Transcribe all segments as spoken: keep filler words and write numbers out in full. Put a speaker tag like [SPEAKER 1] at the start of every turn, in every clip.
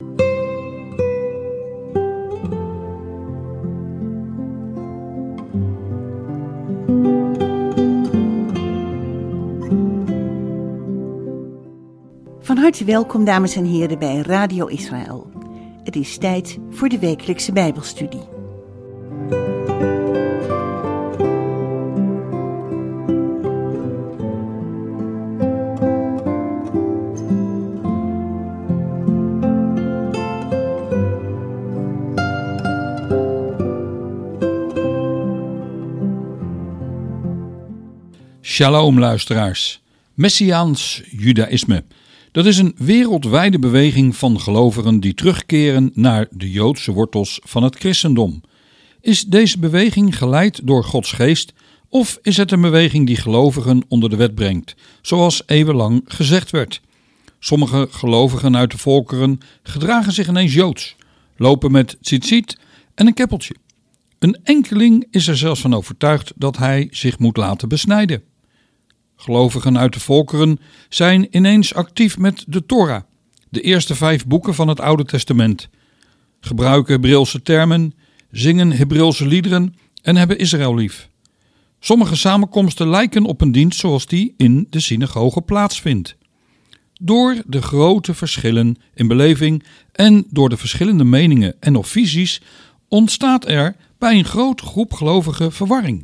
[SPEAKER 1] Van harte welkom, dames en heren, bij Radio Israël. Het is tijd voor de wekelijkse Bijbelstudie.
[SPEAKER 2] Shalom luisteraars. Messiaans Judaïsme. Dat is een wereldwijde beweging van gelovigen die terugkeren naar de Joodse wortels van het christendom. Is deze beweging geleid door Gods geest of is het een beweging die gelovigen onder de wet brengt, zoals eeuwenlang gezegd werd? Sommige gelovigen uit de volkeren gedragen zich ineens Joods, lopen met tzitzit en een keppeltje. Een enkeling is er zelfs van overtuigd dat hij zich moet laten besnijden. Gelovigen uit de volkeren zijn ineens actief met de Torah, de eerste vijf boeken van het Oude Testament, gebruiken Hebreeuwse termen, zingen Hebreeuwse liederen en hebben Israël lief. Sommige samenkomsten lijken op een dienst zoals die in de synagoge plaatsvindt. Door de grote verschillen in beleving en door de verschillende meningen en of visies ontstaat er bij een grote groep gelovigen verwarring.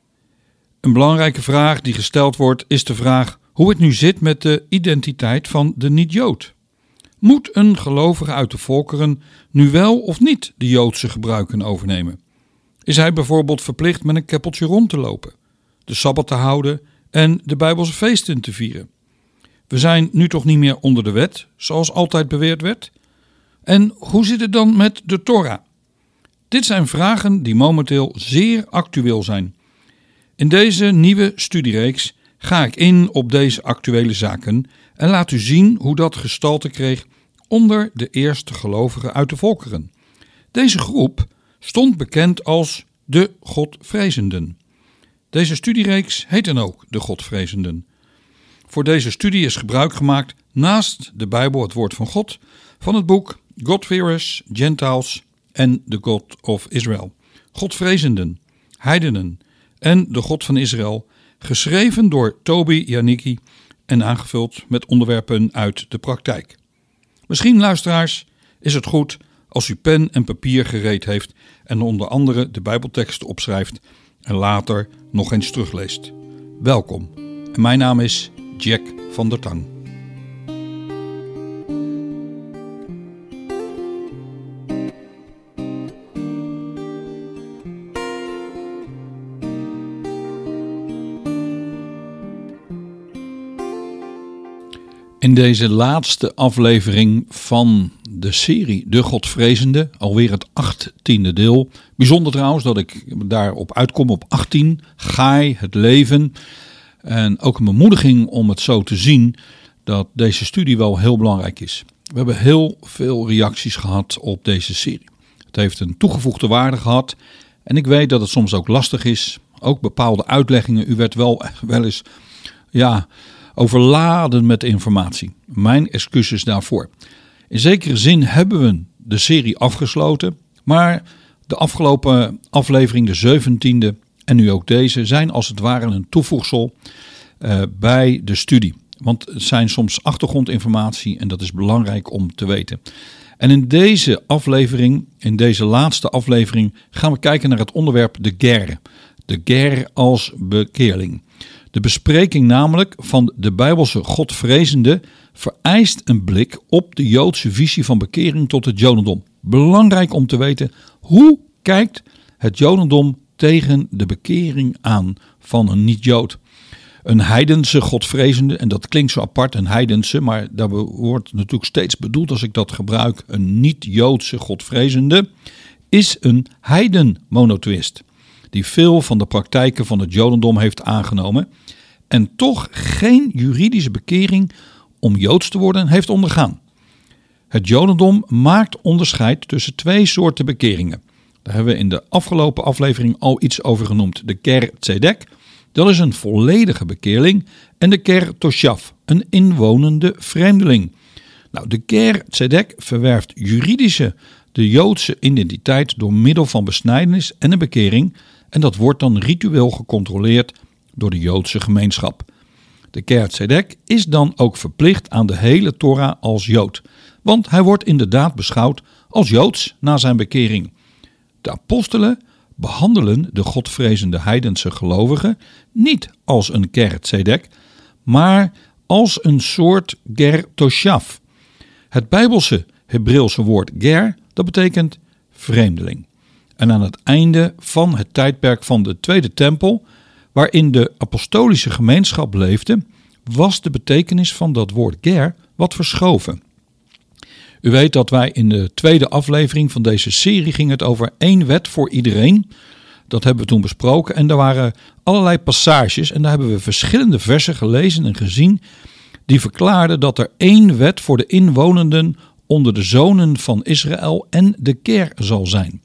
[SPEAKER 2] Een belangrijke vraag die gesteld wordt is de vraag hoe het nu zit met de identiteit van de niet-Jood. Moet een gelovige uit de volkeren nu wel of niet de Joodse gebruiken overnemen? Is hij bijvoorbeeld verplicht met een keppeltje rond te lopen, de Sabbat te houden en de Bijbelse feesten te vieren? We zijn nu toch niet meer onder de wet, zoals altijd beweerd werd? En hoe zit het dan met de Torah? Dit zijn vragen die momenteel zeer actueel zijn. In deze nieuwe studiereeks ga ik in op deze actuele zaken en laat u zien hoe dat gestalte kreeg onder de eerste gelovigen uit de volkeren. Deze groep stond bekend als de Godvrezenden. Deze studiereeks heet dan ook de Godvrezenden. Voor deze studie is gebruik gemaakt naast de Bijbel, het woord van God, van het boek God-fearers, Gentiles en The God of Israel. Godvrezenden, heidenen en de God van Israël, geschreven door Toby Janicki en aangevuld met onderwerpen uit de praktijk. Misschien, luisteraars, is het goed als u pen en papier gereed heeft en onder andere de Bijbelteksten opschrijft en later nog eens terugleest. Welkom. En mijn naam is Jack van der Tang. In deze laatste aflevering van de serie De Godvrezende, alweer het achttiende deel. Bijzonder trouwens dat ik daarop uitkom op achttien, Gaai, het leven. En ook een bemoediging om het zo te zien dat deze studie wel heel belangrijk is. We hebben heel veel reacties gehad op deze serie. Het heeft een toegevoegde waarde gehad en ik weet dat het soms ook lastig is. Ook bepaalde uitleggingen, u werd wel, wel eens... ja. overladen met informatie. Mijn excuses daarvoor. In zekere zin hebben we de serie afgesloten, maar de afgelopen aflevering, de zeventiende en nu ook deze, zijn als het ware een toevoegsel uh, bij de studie. Want het zijn soms achtergrondinformatie en dat is belangrijk om te weten. En in deze aflevering, in deze laatste aflevering, gaan we kijken naar het onderwerp de ger. De ger als bekeerling. De bespreking namelijk van de Bijbelse Godvrezende vereist een blik op de Joodse visie van bekering tot het Jodendom. Belangrijk om te weten, hoe kijkt het Jodendom tegen de bekering aan van een niet-Jood? Een heidense Godvrezende, en dat klinkt zo apart, een heidense, maar daar wordt natuurlijk steeds bedoeld als ik dat gebruik, een niet-Joodse Godvrezende, is een heidenmonotheïst, die veel van de praktijken van het Jodendom heeft aangenomen en toch geen juridische bekering om Joods te worden heeft ondergaan. Het Jodendom maakt onderscheid tussen twee soorten bekeringen. Daar hebben we in de afgelopen aflevering al iets over genoemd. De ker tzedek, dat is een volledige bekeerling, en de ker toshav, een inwonende vreemdeling. Nou, de Ger Tzedek verwerft juridische, de Joodse identiteit door middel van besnijdenis en een bekering. En dat wordt dan ritueel gecontroleerd door de Joodse gemeenschap. De Ger Tzedek is dan ook verplicht aan de hele Torah als Jood. Want hij wordt inderdaad beschouwd als Joods na zijn bekering. De apostelen behandelen de godvrezende heidense gelovigen niet als een Ger Tzedek, maar als een soort Ger Toshav. Het Bijbelse Hebreeuwse woord ger, dat betekent vreemdeling. En aan het einde van het tijdperk van de Tweede Tempel, waarin de apostolische gemeenschap leefde, was de betekenis van dat woord ger wat verschoven. U weet dat wij in de tweede aflevering van deze serie ging het over één wet voor iedereen. Dat hebben we toen besproken en er waren allerlei passages en daar hebben we verschillende versen gelezen en gezien die verklaarden dat er één wet voor de inwonenden onder de zonen van Israël en de ger zal zijn.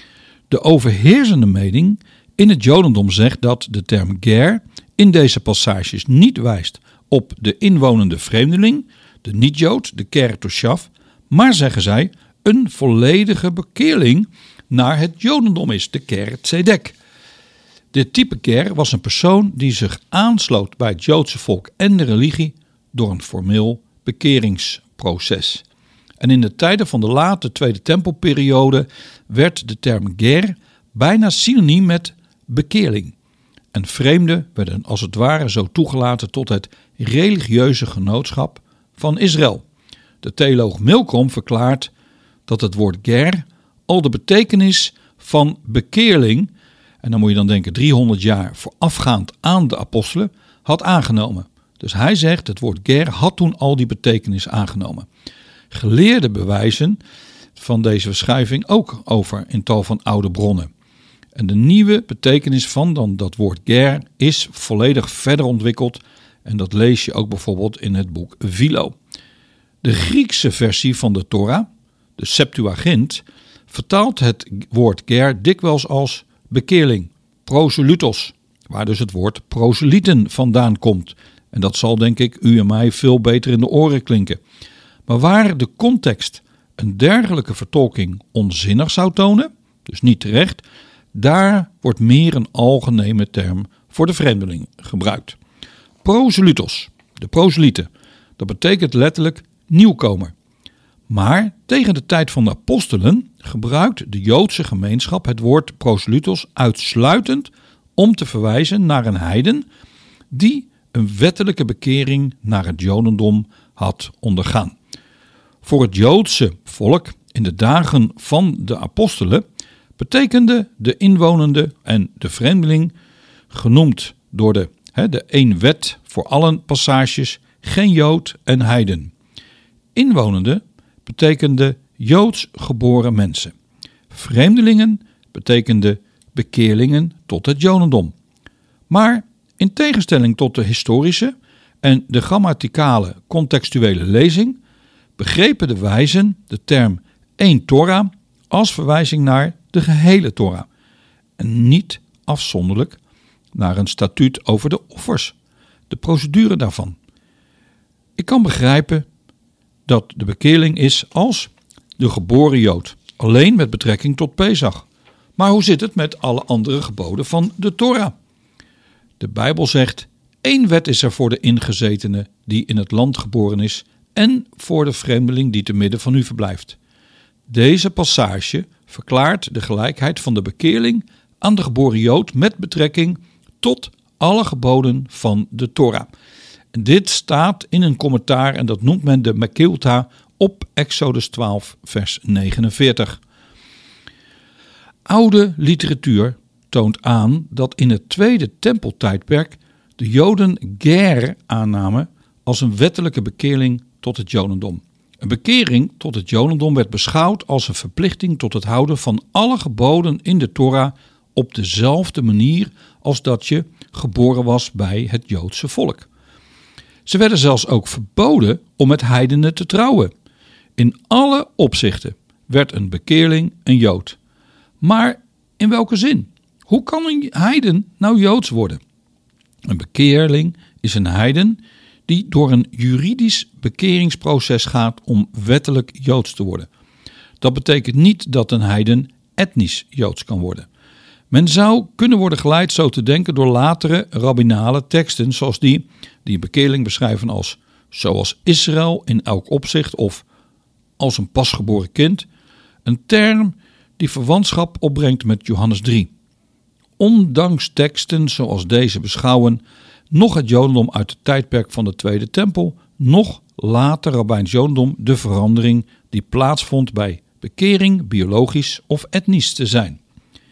[SPEAKER 2] De overheersende mening in het Jodendom zegt dat de term ger in deze passages niet wijst op de inwonende vreemdeling, de niet-Jood, de Ger Toshav, maar zeggen zij een volledige bekeerling naar het Jodendom is, de Ger Tzedek. Dit type ger was een persoon die zich aansloot bij het Joodse volk en de religie door een formeel bekeringsproces. En in de tijden van de late Tweede Tempelperiode werd de term ger bijna synoniem met bekeerling. En vreemden werden als het ware zo toegelaten tot het religieuze genootschap van Israël. De theoloog Milkom verklaart dat het woord ger al de betekenis van bekeerling, en dan moet je dan denken driehonderd jaar voorafgaand aan de apostelen, had aangenomen. Dus hij zegt het woord ger had toen al die betekenis aangenomen. Geleerden bewijzen van deze verschuiving ook over in tal van oude bronnen. En de nieuwe betekenis van dan dat woord ger is volledig verder ontwikkeld en dat lees je ook bijvoorbeeld in het boek Philo. De Griekse versie van de Torah, de Septuagint, vertaalt het woord ger dikwijls als bekeerling, proselytos, waar dus het woord proselyten vandaan komt. En dat zal denk ik u en mij veel beter in de oren klinken. Maar waar de context een dergelijke vertolking onzinnig zou tonen, dus niet terecht, daar wordt meer een algemene term voor de vreemdeling gebruikt. Proselytos, de proselyten, dat betekent letterlijk nieuwkomer. Maar tegen de tijd van de apostelen gebruikt de Joodse gemeenschap het woord proselytos uitsluitend om te verwijzen naar een heiden die een wettelijke bekering naar het Jodendom had ondergaan. Voor het Joodse volk in de dagen van de apostelen betekende de inwonende en de vreemdeling, genoemd door de, he, de één wet voor allen passages, geen Jood en heiden. Inwonende betekende Joods geboren mensen. Vreemdelingen betekende bekeerlingen tot het Jodendom. Maar in tegenstelling tot de historische en de grammaticale contextuele lezing begrepen de wijzen de term één Torah als verwijzing naar de gehele Torah en niet afzonderlijk naar een statuut over de offers, de procedure daarvan. Ik kan begrijpen dat de bekeerling is als de geboren Jood, alleen met betrekking tot Pesach. Maar hoe zit het met alle andere geboden van de Torah? De Bijbel zegt, één wet is er voor de ingezetene die in het land geboren is en voor de vreemdeling die te midden van u verblijft. Deze passage verklaart de gelijkheid van de bekeerling aan de geboren Jood met betrekking tot alle geboden van de Torah. En dit staat in een commentaar en dat noemt men de Mekilta op Exodus twaalf vers negenenveertig. Oude literatuur toont aan dat in het tweede tempeltijdperk de Joden ger aannamen als een wettelijke bekeerling tot het Jodendom. Een bekering tot het Jodendom werd beschouwd als een verplichting tot het houden van alle geboden in de Torah op dezelfde manier als dat je geboren was bij het Joodse volk. Ze werden zelfs ook verboden om met heidenen te trouwen. In alle opzichten werd een bekeerling een Jood. Maar in welke zin? Hoe kan een heiden nou Joods worden? Een bekeerling is een heiden die door een juridisch bekeringsproces gaat om wettelijk Joods te worden. Dat betekent niet dat een heiden etnisch Joods kan worden. Men zou kunnen worden geleid zo te denken door latere rabbinale teksten zoals die die een bekeerling beschrijven als zoals Israël in elk opzicht of als een pasgeboren kind, een term die verwantschap opbrengt met Johannes drie. Ondanks teksten zoals deze beschouwen nog het Jodendom uit het tijdperk van de Tweede Tempel, nog later rabbijns Jodendom de verandering die plaatsvond bij bekering biologisch of etnisch te zijn.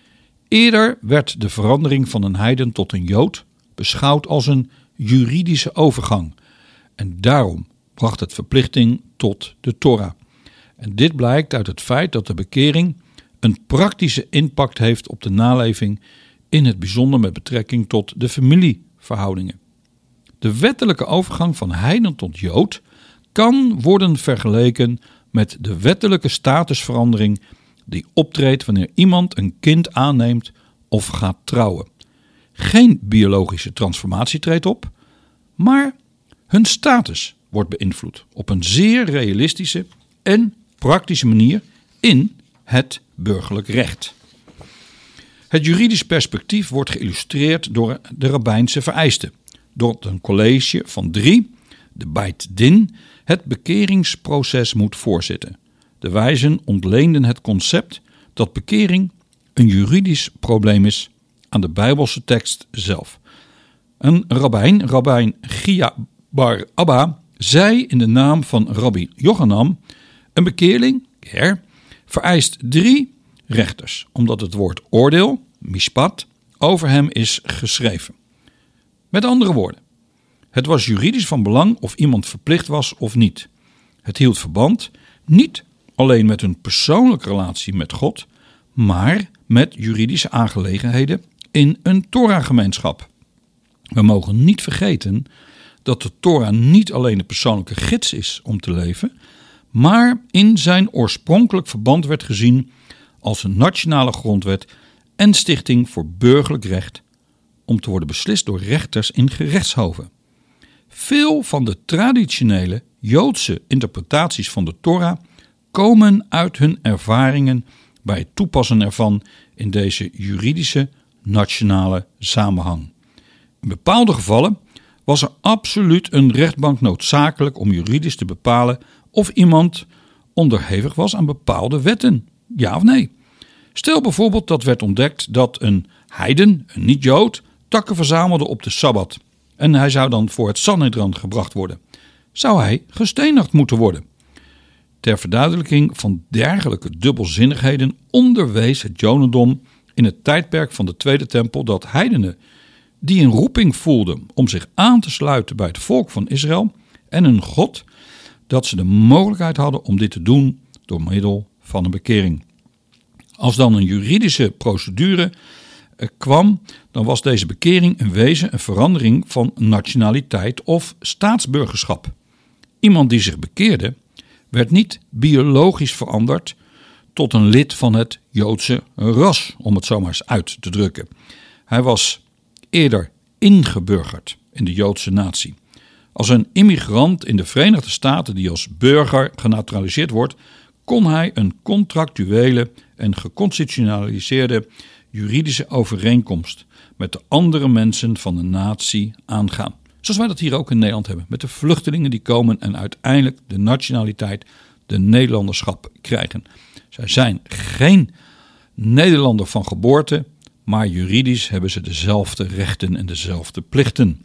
[SPEAKER 2] Eerder werd de verandering van een heiden tot een Jood beschouwd als een juridische overgang en daarom bracht het verplichting tot de Torah. En dit blijkt uit het feit dat de bekering een praktische impact heeft op de naleving, in het bijzonder met betrekking tot de familieverhoudingen. De wettelijke overgang van heiden tot Jood kan worden vergeleken met de wettelijke statusverandering die optreedt wanneer iemand een kind aanneemt of gaat trouwen. Geen biologische transformatie treedt op, maar hun status wordt beïnvloed op een zeer realistische en praktische manier in het burgerlijk recht. Het juridisch perspectief wordt geïllustreerd door de rabbijnse vereisten, door een college van drie, de Beit Din, het bekeringsproces moet voorzitten. De wijzen ontleenden het concept dat bekering een juridisch probleem is aan de Bijbelse tekst zelf. Een rabbijn, rabbijn Chia bar Abba, zei in de naam van Rabbi Jochanan: een bekeerling, ger, vereist drie rechters, omdat het woord oordeel, mishpat, over hem is geschreven. Met andere woorden, het was juridisch van belang of iemand verplicht was of niet. Het hield verband niet alleen met hun persoonlijke relatie met God, maar met juridische aangelegenheden in een Torah-gemeenschap. We mogen niet vergeten dat de Torah niet alleen de persoonlijke gids is om te leven, maar in zijn oorspronkelijk verband werd gezien als een nationale grondwet en stichting voor burgerlijk recht om te worden beslist door rechters in gerechtshoven. Veel van de traditionele Joodse interpretaties van de Torah komen uit hun ervaringen bij het toepassen ervan in deze juridische nationale samenhang. In bepaalde gevallen was er absoluut een rechtbank noodzakelijk om juridisch te bepalen of iemand onderhevig was aan bepaalde wetten, ja of nee. Stel bijvoorbeeld dat werd ontdekt dat een heiden, een niet-Jood, takken verzamelde op de Sabbat en hij zou dan voor het Sanhedrin gebracht worden. Zou hij gestenigd moeten worden? Ter verduidelijking van dergelijke dubbelzinnigheden onderwees het Jodendom in het tijdperk van de Tweede Tempel dat heidenen die een roeping voelden om zich aan te sluiten bij het volk van Israël en hun God, dat ze de mogelijkheid hadden om dit te doen door middel van een bekering. Als dan een juridische procedure kwam, dan was deze bekering in wezen een verandering van nationaliteit of staatsburgerschap. Iemand die zich bekeerde, werd niet biologisch veranderd tot een lid van het Joodse ras, om het zo maar eens uit te drukken. Hij was eerder ingeburgerd in de Joodse natie. Als een immigrant in de Verenigde Staten die als burger genaturaliseerd wordt, kon hij een contractuele en geconstitutionaliseerde juridische overeenkomst met de andere mensen van de natie aangaan. Zoals wij dat hier ook in Nederland hebben, met de vluchtelingen die komen en uiteindelijk de nationaliteit, de Nederlanderschap krijgen. Zij zijn geen Nederlander van geboorte, maar juridisch hebben ze dezelfde rechten en dezelfde plichten.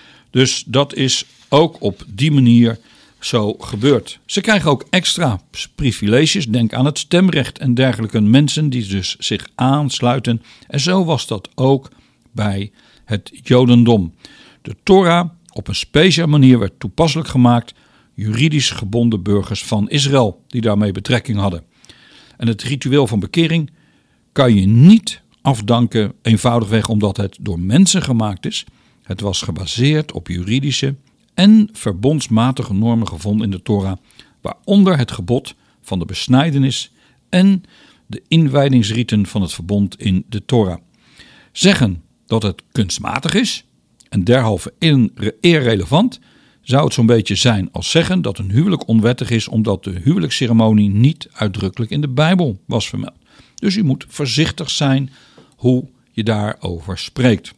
[SPEAKER 2] Dus dat is ook op die manier zo gebeurd. Ze krijgen ook extra privileges, denk aan het stemrecht en dergelijke mensen die dus zich aansluiten. En zo was dat ook bij het Jodendom. De Torah op een speciale manier werd toepasselijk gemaakt, juridisch gebonden burgers van Israël die daarmee betrekking hadden. En het ritueel van bekering kan je niet afdanken, eenvoudigweg omdat het door mensen gemaakt is. Het was gebaseerd op juridische en verbondsmatige normen gevonden in de Torah, waaronder het gebod van de besnijdenis en de inwijdingsriten van het verbond in de Torah. Zeggen dat het kunstmatig is en derhalve irrelevant, zou het zo'n beetje zijn als zeggen dat een huwelijk onwettig is omdat de huwelijksceremonie niet uitdrukkelijk in de Bijbel was vermeld. Dus u moet voorzichtig zijn hoe je daarover spreekt.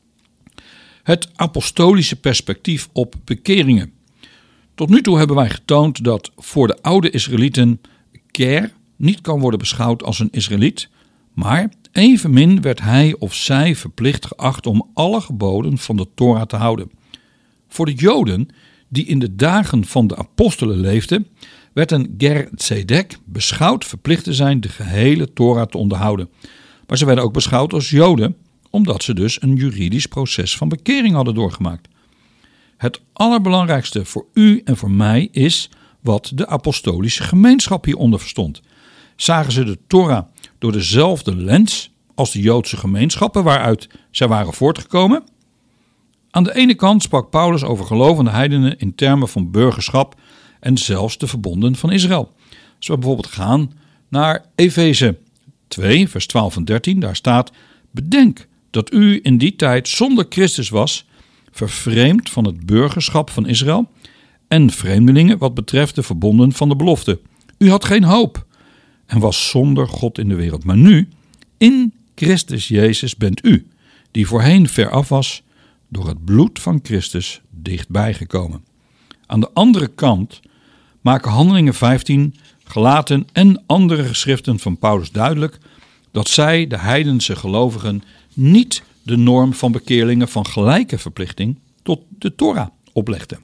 [SPEAKER 2] Het apostolische perspectief op bekeringen. Tot nu toe hebben wij getoond dat voor de oude Israëlieten ker niet kan worden beschouwd als een Israëliet, maar evenmin werd hij of zij verplicht geacht om alle geboden van de Torah te houden. Voor de Joden die in de dagen van de apostelen leefden, werd een ger tzedek beschouwd verplicht te zijn de gehele Torah te onderhouden. Maar ze werden ook beschouwd als Joden, omdat ze dus een juridisch proces van bekering hadden doorgemaakt. Het allerbelangrijkste voor u en voor mij is wat de apostolische gemeenschap hieronder verstond. Zagen ze de Torah door dezelfde lens als de Joodse gemeenschappen waaruit zij waren voortgekomen? Aan de ene kant sprak Paulus over gelovende heidenen in termen van burgerschap en zelfs de verbonden van Israël. Als we bijvoorbeeld gaan naar Efeze twee, vers twaalf en dertien, daar staat: bedenk dat u in die tijd zonder Christus was, vervreemd van het burgerschap van Israël en vreemdelingen wat betreft de verbonden van de belofte. U had geen hoop en was zonder God in de wereld. Maar nu, in Christus Jezus bent u, die voorheen ver af was, door het bloed van Christus dichtbij gekomen. Aan de andere kant maken Handelingen vijftien, Galaten en andere geschriften van Paulus duidelijk dat zij, de heidense gelovigen, niet de norm van bekeerlingen van gelijke verplichting tot de Torah oplegden.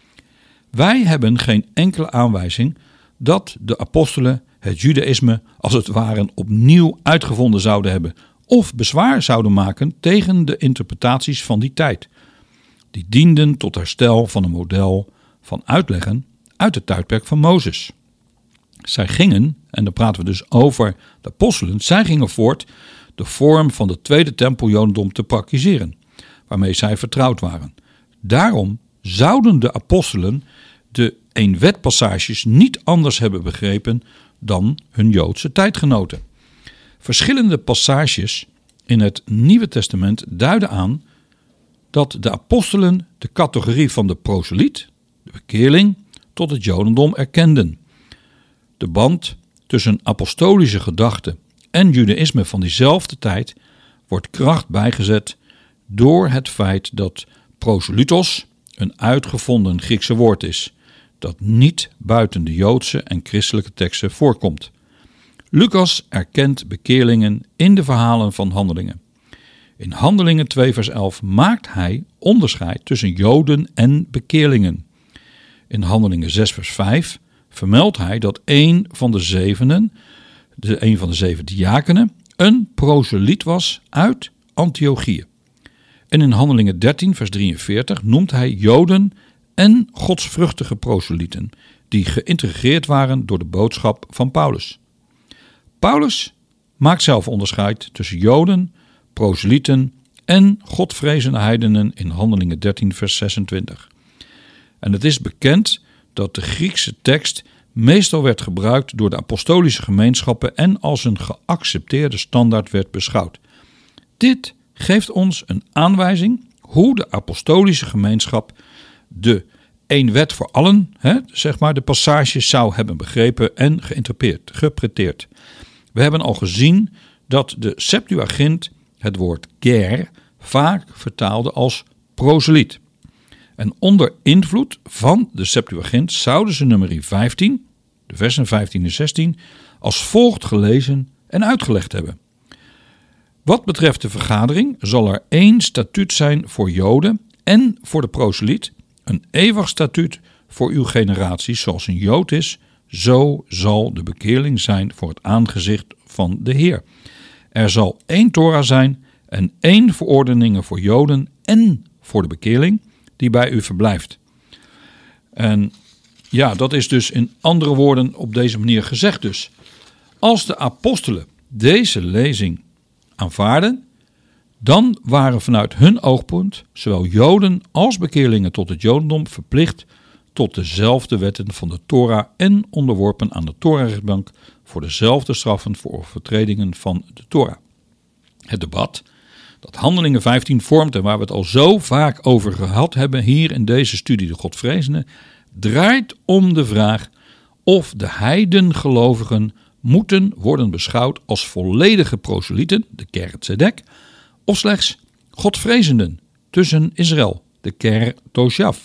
[SPEAKER 2] Wij hebben geen enkele aanwijzing dat de apostelen het judaïsme als het ware opnieuw uitgevonden zouden hebben of bezwaar zouden maken tegen de interpretaties van die tijd. Die dienden tot herstel van een model van uitleggen uit het tijdperk van Mozes. Zij gingen, en dan praten we dus over de apostelen, zij gingen voort de vorm van de tweede tempeljodendom te praktiseren, waarmee zij vertrouwd waren. Daarom zouden de apostelen de eenwetpassages niet anders hebben begrepen dan hun Joodse tijdgenoten. Verschillende passages in het Nieuwe Testament duiden aan dat de apostelen de categorie van de proseliet, de bekeerling, tot het Jodendom erkenden. De band tussen apostolische gedachten en judaïsme van diezelfde tijd wordt kracht bijgezet door het feit dat proselytos een uitgevonden Griekse woord is, dat niet buiten de Joodse en christelijke teksten voorkomt. Lucas erkent bekeerlingen in de verhalen van Handelingen. In Handelingen twee vers elf maakt hij onderscheid tussen Joden en bekeerlingen. In Handelingen zes vers vijf vermeldt hij dat een van de zevenen, de een van de zeven diakenen, een proseliet was uit Antiochië. En in Handelingen dertien vers drieënveertig noemt hij Joden en godsvruchtige proselieten, die geïntegreerd waren door de boodschap van Paulus. Paulus maakt zelf onderscheid tussen Joden, proselieten en godvrezende heidenen in Handelingen dertien vers zesentwintig. En het is bekend dat de Griekse tekst meestal werd gebruikt door de apostolische gemeenschappen en als een geaccepteerde standaard werd beschouwd. Dit geeft ons een aanwijzing hoe de apostolische gemeenschap de één wet voor allen, hè, zeg maar, de passages zou hebben begrepen en geïnterpreteerd. We hebben al gezien dat de Septuagint het woord ger vaak vertaalde als proseliet. En onder invloed van de Septuagint zouden ze nummerie vijftien, de versen vijftien en zestien, als volgt gelezen en uitgelegd hebben. Wat betreft de vergadering zal er één statuut zijn voor Joden en voor de proseliet, een eeuwig statuut voor uw generatie, zoals een Jood is, zo zal de bekeerling zijn voor het aangezicht van de Heer. Er zal één Torah zijn en één verordeningen voor Joden en voor de bekeerling die bij u verblijft. En ja, dat is dus in andere woorden op deze manier gezegd dus. Als de apostelen deze lezing aanvaarden, dan waren vanuit hun oogpunt zowel Joden als bekeerlingen tot het Jodendom verplicht tot dezelfde wetten van de Torah en onderworpen aan de Torahrechtbank voor dezelfde straffen voor overtredingen van de Torah. Het debat dat Handelingen vijftien vormt en waar we het al zo vaak over gehad hebben hier in deze studie de Godvrezenden, draait om de vraag of de heidengelovigen moeten worden beschouwd als volledige proselyten, de Ker Tzedek, of slechts Godvrezenden tussen Israël, de Ker Toshav.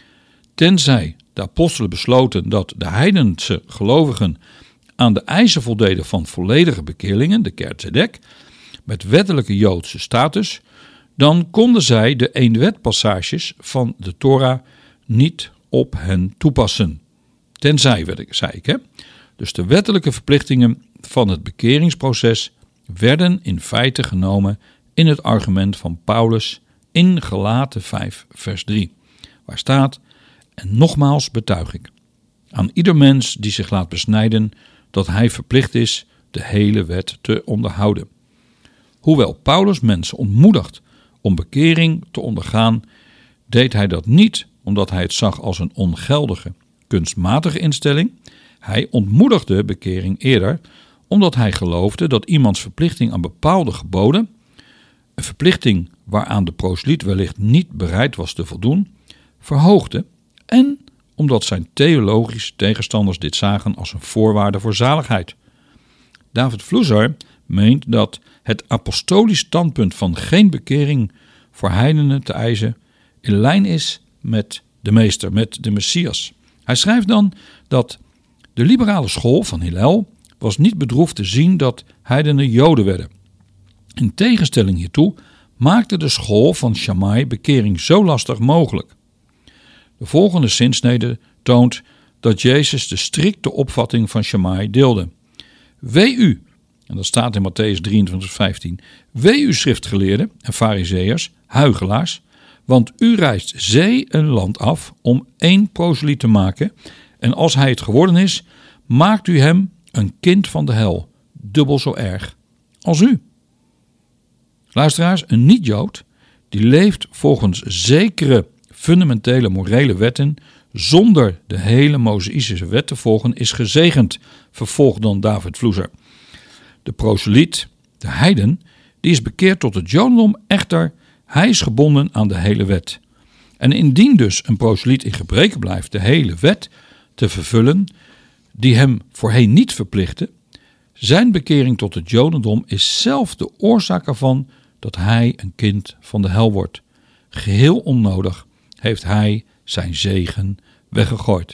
[SPEAKER 2] Tenzij de apostelen besloten dat de heidense gelovigen aan de eisen voldeden van volledige bekeerlingen, de Ker Tzedek, met wettelijke Joodse status, dan konden zij de eenwetpassages van de Torah niet op hen toepassen. Tenzij, zei ik, hè. Dus de wettelijke verplichtingen van het bekeringsproces werden in feite genomen in het argument van Paulus in Galaten vijf vers drie, waar staat: en nogmaals betuig ik aan ieder mens die zich laat besnijden dat hij verplicht is de hele wet te onderhouden. Hoewel Paulus mensen ontmoedigt om bekering te ondergaan, deed hij dat niet omdat hij het zag als een ongeldige, kunstmatige instelling. Hij ontmoedigde bekering eerder omdat hij geloofde dat iemands verplichting aan bepaalde geboden, een verplichting waaraan de proselyt wellicht niet bereid was te voldoen, verhoogde, en omdat zijn theologische tegenstanders dit zagen als een voorwaarde voor zaligheid. David Vloeser meent dat het apostolisch standpunt van geen bekering voor heidenen te eisen in lijn is met de meester, met de Messias. Hij schrijft dan dat de liberale school van Hillel was niet bedroefd te zien dat heidenen Joden werden. In tegenstelling hiertoe maakte de school van Shammai bekering zo lastig mogelijk. De volgende zinsnede toont dat Jezus de strikte opvatting van Shammai deelde. Wee u, en dat staat in Mattheüs drieëntwintig vijftien, wee u schriftgeleerden en farizeeërs, huigelaars, want u reist zee en land af om één proselyt te maken, en als hij het geworden is, maakt u hem een kind van de hel, dubbel zo erg als u. Luisteraars, een niet-Jood die leeft volgens zekere fundamentele morele wetten zonder de hele Mosaïsche wet te volgen is gezegend, vervolgt dan David Vloeser. De proselyt, de heiden, die is bekeerd tot het Jodendom, echter hij is gebonden aan de hele wet. En indien dus een proselyt in gebreke blijft de hele wet te vervullen, die hem voorheen niet verplichtte, zijn bekering tot het Jodendom is zelf de oorzaak ervan dat hij een kind van de hel wordt. Geheel onnodig heeft hij zijn zegen weggegooid.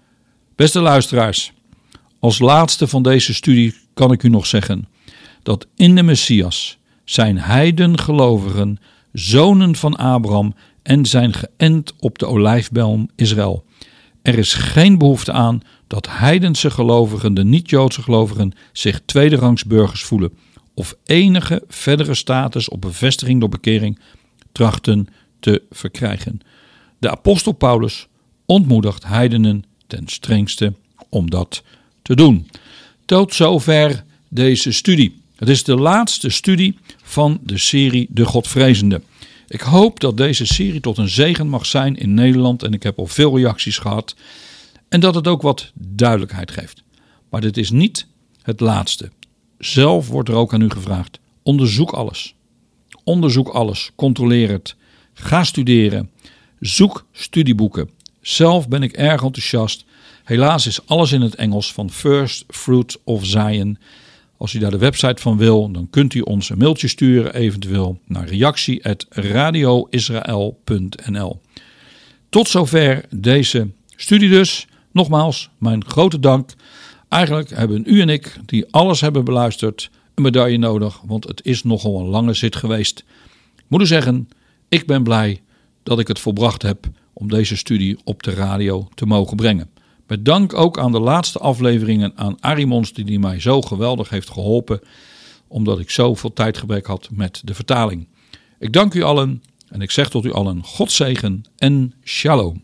[SPEAKER 2] Beste luisteraars, als laatste van deze studie kan ik u nog zeggen dat in de Messias zijn heidengelovigen, zonen van Abraham, en zijn geënt op de olijfboom Israël. Er is geen behoefte aan dat heidense gelovigen, de niet-Joodse gelovigen, zich tweederangs burgers voelen of enige verdere status op bevestiging door bekering trachten te verkrijgen. De apostel Paulus ontmoedigt heidenen ten strengste om dat te doen. Tot zover deze studie. Het is de laatste studie van de serie De Godvrezenden. Ik hoop dat deze serie tot een zegen mag zijn in Nederland en ik heb al veel reacties gehad en dat het ook wat duidelijkheid geeft. Maar dit is niet het laatste. Zelf wordt er ook aan u gevraagd: onderzoek alles. Onderzoek alles, controleer het. Ga studeren. Zoek studieboeken. Zelf ben ik erg enthousiast. Helaas is alles in het Engels van First Fruit of Zion. Als u daar de website van wil, dan kunt u ons een mailtje sturen, eventueel naar reactie apenstaartje radio israël punt n l. Tot zover deze studie dus. Nogmaals, mijn grote dank. Eigenlijk hebben u en ik, die alles hebben beluisterd, een medaille nodig, want het is nogal een lange zit geweest. Ik moet u zeggen, ik ben blij dat ik het volbracht heb om deze studie op de radio te mogen brengen. Met dank ook aan de laatste afleveringen aan Arimons, die, die mij zo geweldig heeft geholpen, omdat ik zoveel tijdgebrek had met de vertaling. Ik dank u allen en ik zeg tot u allen Godzegen en shalom.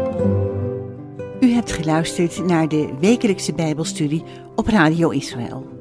[SPEAKER 1] U hebt geluisterd naar de wekelijkse Bijbelstudie op Radio Israël.